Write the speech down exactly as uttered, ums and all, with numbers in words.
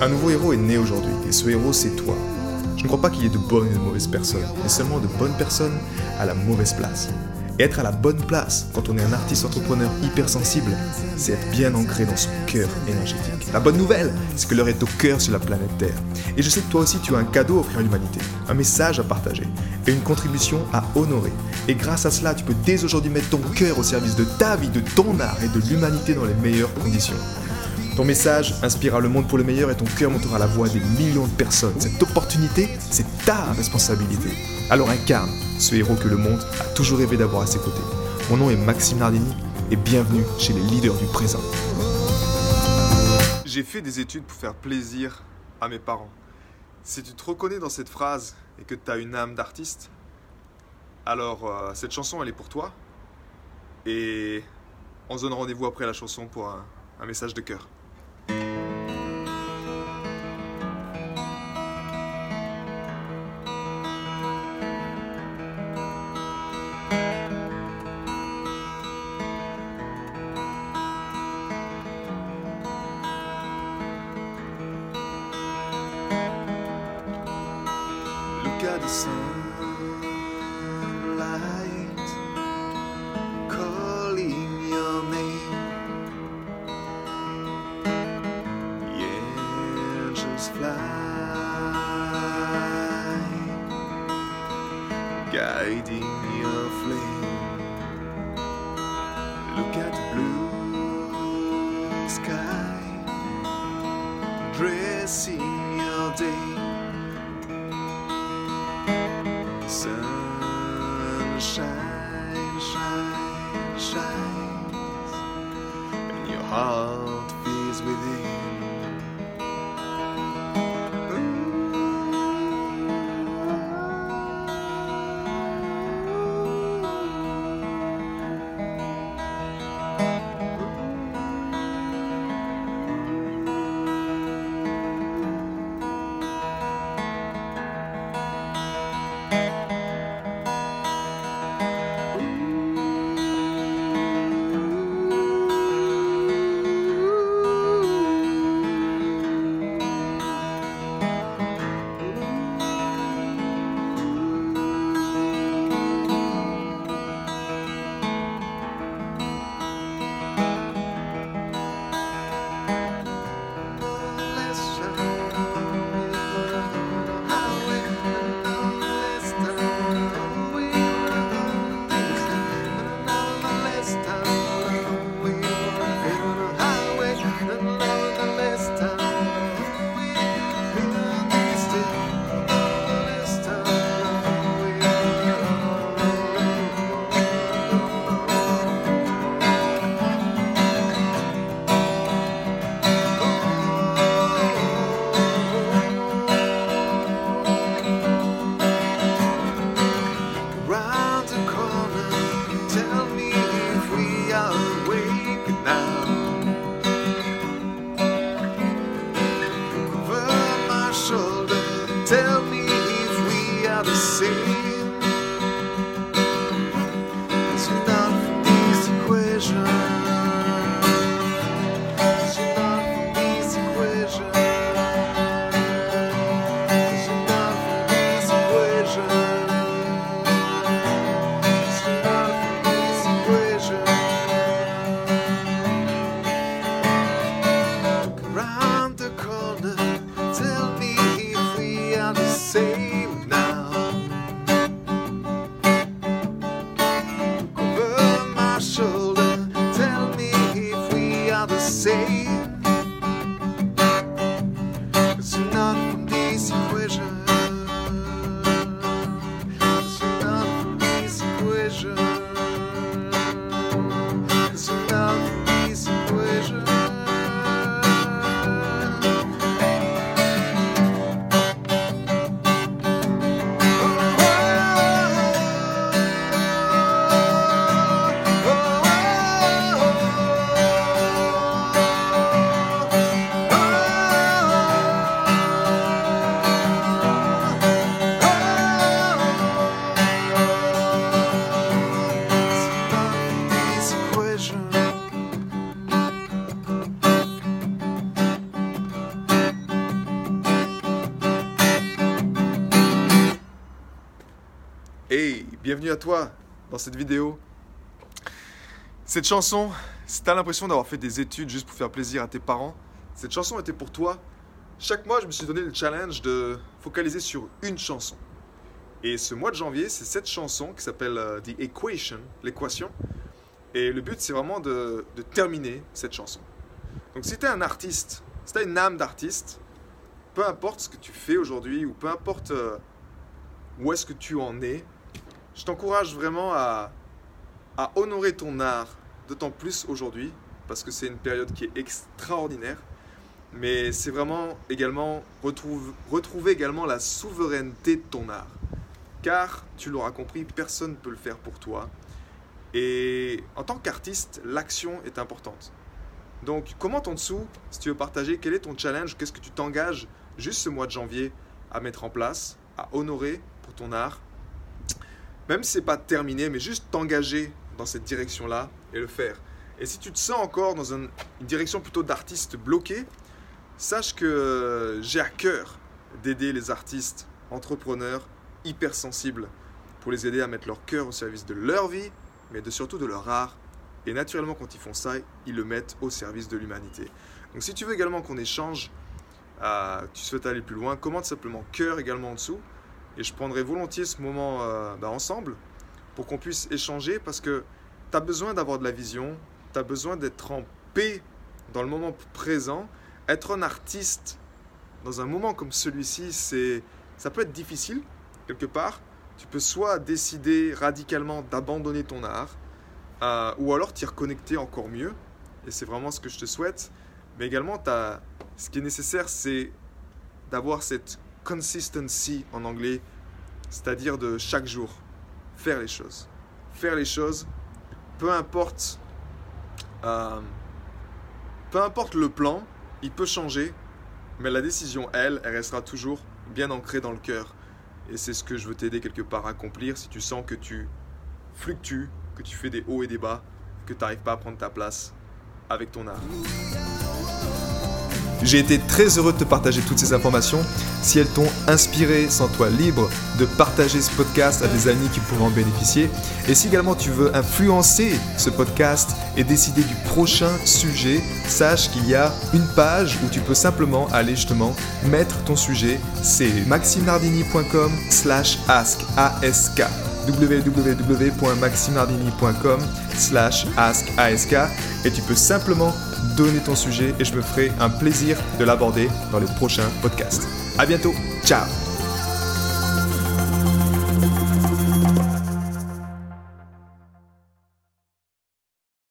Un nouveau héros est né aujourd'hui, et ce héros c'est toi. Je ne crois pas qu'il y ait de bonnes et de mauvaises personnes, mais seulement de bonnes personnes à la mauvaise place. Et être à la bonne place, quand on est un artiste entrepreneur hypersensible, c'est être bien ancré dans son cœur énergétique. La bonne nouvelle, c'est que l'heure est au cœur sur la planète Terre. Et je sais que toi aussi tu as un cadeau à offrir à l'humanité, un message à partager, et une contribution à honorer. Et grâce à cela, tu peux dès aujourd'hui mettre ton cœur au service de ta vie, de ton art et de l'humanité dans les meilleures conditions. Ton message inspirera le monde pour le meilleur et ton cœur montera la voix des millions de personnes. Cette opportunité, c'est ta responsabilité. Alors incarne ce héros que le monde a toujours rêvé d'avoir à ses côtés. Mon nom est Maxime Nardini et bienvenue chez les leaders du présent. J'ai fait des études pour faire plaisir à mes parents. Si tu te reconnais dans cette phrase et que tu as une âme d'artiste, alors euh, cette chanson elle est pour toi. Et on se donne rendez-vous après la chanson pour un, un message de cœur. Look at the sunlight calling your name. The angels fly, guiding your flame. Look at the blue sky, dressing your day. Sun shines, shines, shines, and your heart feels within. Tell me if we are the same. Cause you're not from this equation. Cause you're not from this equation. Cause you're not from this equation. Cause you're not from this equation. Look around the corner. Tell me the same now. Look over my shoulder. Tell me if we are the same. Cause you're not from this equation. Cause you're not from this equation. Cause you're not from this equation. Hey, bienvenue à toi dans cette vidéo. Cette chanson, si tu as l'impression d'avoir fait des études juste pour faire plaisir à tes parents, cette chanson était pour toi. Chaque mois, je me suis donné le challenge de focaliser sur une chanson. Et ce mois de janvier, c'est cette chanson qui s'appelle uh, The Equation, l'équation. Et le but, c'est vraiment de, de terminer cette chanson. Donc si tu es un artiste, si tu as une âme d'artiste, peu importe ce que tu fais aujourd'hui ou peu importe uh, où est-ce que tu en es, je t'encourage vraiment à, à honorer ton art, d'autant plus aujourd'hui, parce que c'est une période qui est extraordinaire. Mais c'est vraiment également retrouve, retrouver également la souveraineté de ton art. Car, tu l'auras compris, personne ne peut le faire pour toi. Et en tant qu'artiste, l'action est importante. Donc, commente en dessous si tu veux partager quel est ton challenge, qu'est-ce que tu t'engages juste ce mois de janvier à mettre en place, à honorer pour ton art. Même si ce n'est pas terminé, mais juste t'engager dans cette direction-là et le faire. Et si tu te sens encore dans une, une direction plutôt d'artiste bloqué, sache que j'ai à cœur d'aider les artistes, entrepreneurs, hypersensibles, pour les aider à mettre leur cœur au service de leur vie, mais de, surtout de leur art. Et naturellement, quand ils font ça, ils le mettent au service de l'humanité. Donc si tu veux également qu'on échange, euh, tu souhaites aller plus loin, commente simplement cœur également en dessous. Et je prendrai volontiers ce moment euh, bah, ensemble pour qu'on puisse échanger parce que tu as besoin d'avoir de la vision, tu as besoin d'être en paix dans le moment présent. Être un artiste dans un moment comme celui-ci, c'est, ça peut être difficile quelque part. Tu peux soit décider radicalement d'abandonner ton art euh, ou alors t'y reconnecter encore mieux. Et c'est vraiment ce que je te souhaite. Mais également, t'as, ce qui est nécessaire, c'est d'avoir cette consistency en anglais, c'est-à-dire de chaque jour faire les choses. Faire les choses, peu importe, euh, peu importe le plan, il peut changer, mais la décision, elle, elle restera toujours bien ancrée dans le cœur. Et c'est ce que je veux t'aider quelque part à accomplir si tu sens que tu fluctues, que tu fais des hauts et des bas, que tu n'arrives pas à prendre ta place avec ton art. J'ai été très heureux de te partager toutes ces informations. Si elles t'ont inspiré, sens-toi libre de partager ce podcast à des amis qui pourraient en bénéficier. Et si également tu veux influencer ce podcast et décider du prochain sujet, sache qu'il y a une page où tu peux simplement aller justement mettre ton sujet. C'est maximenardini.com slash ask, A-S-K. w w w point maximenardini point com slash ask ask et tu peux simplement donner ton sujet et je me ferai un plaisir de l'aborder dans les prochains podcasts. À bientôt, ciao.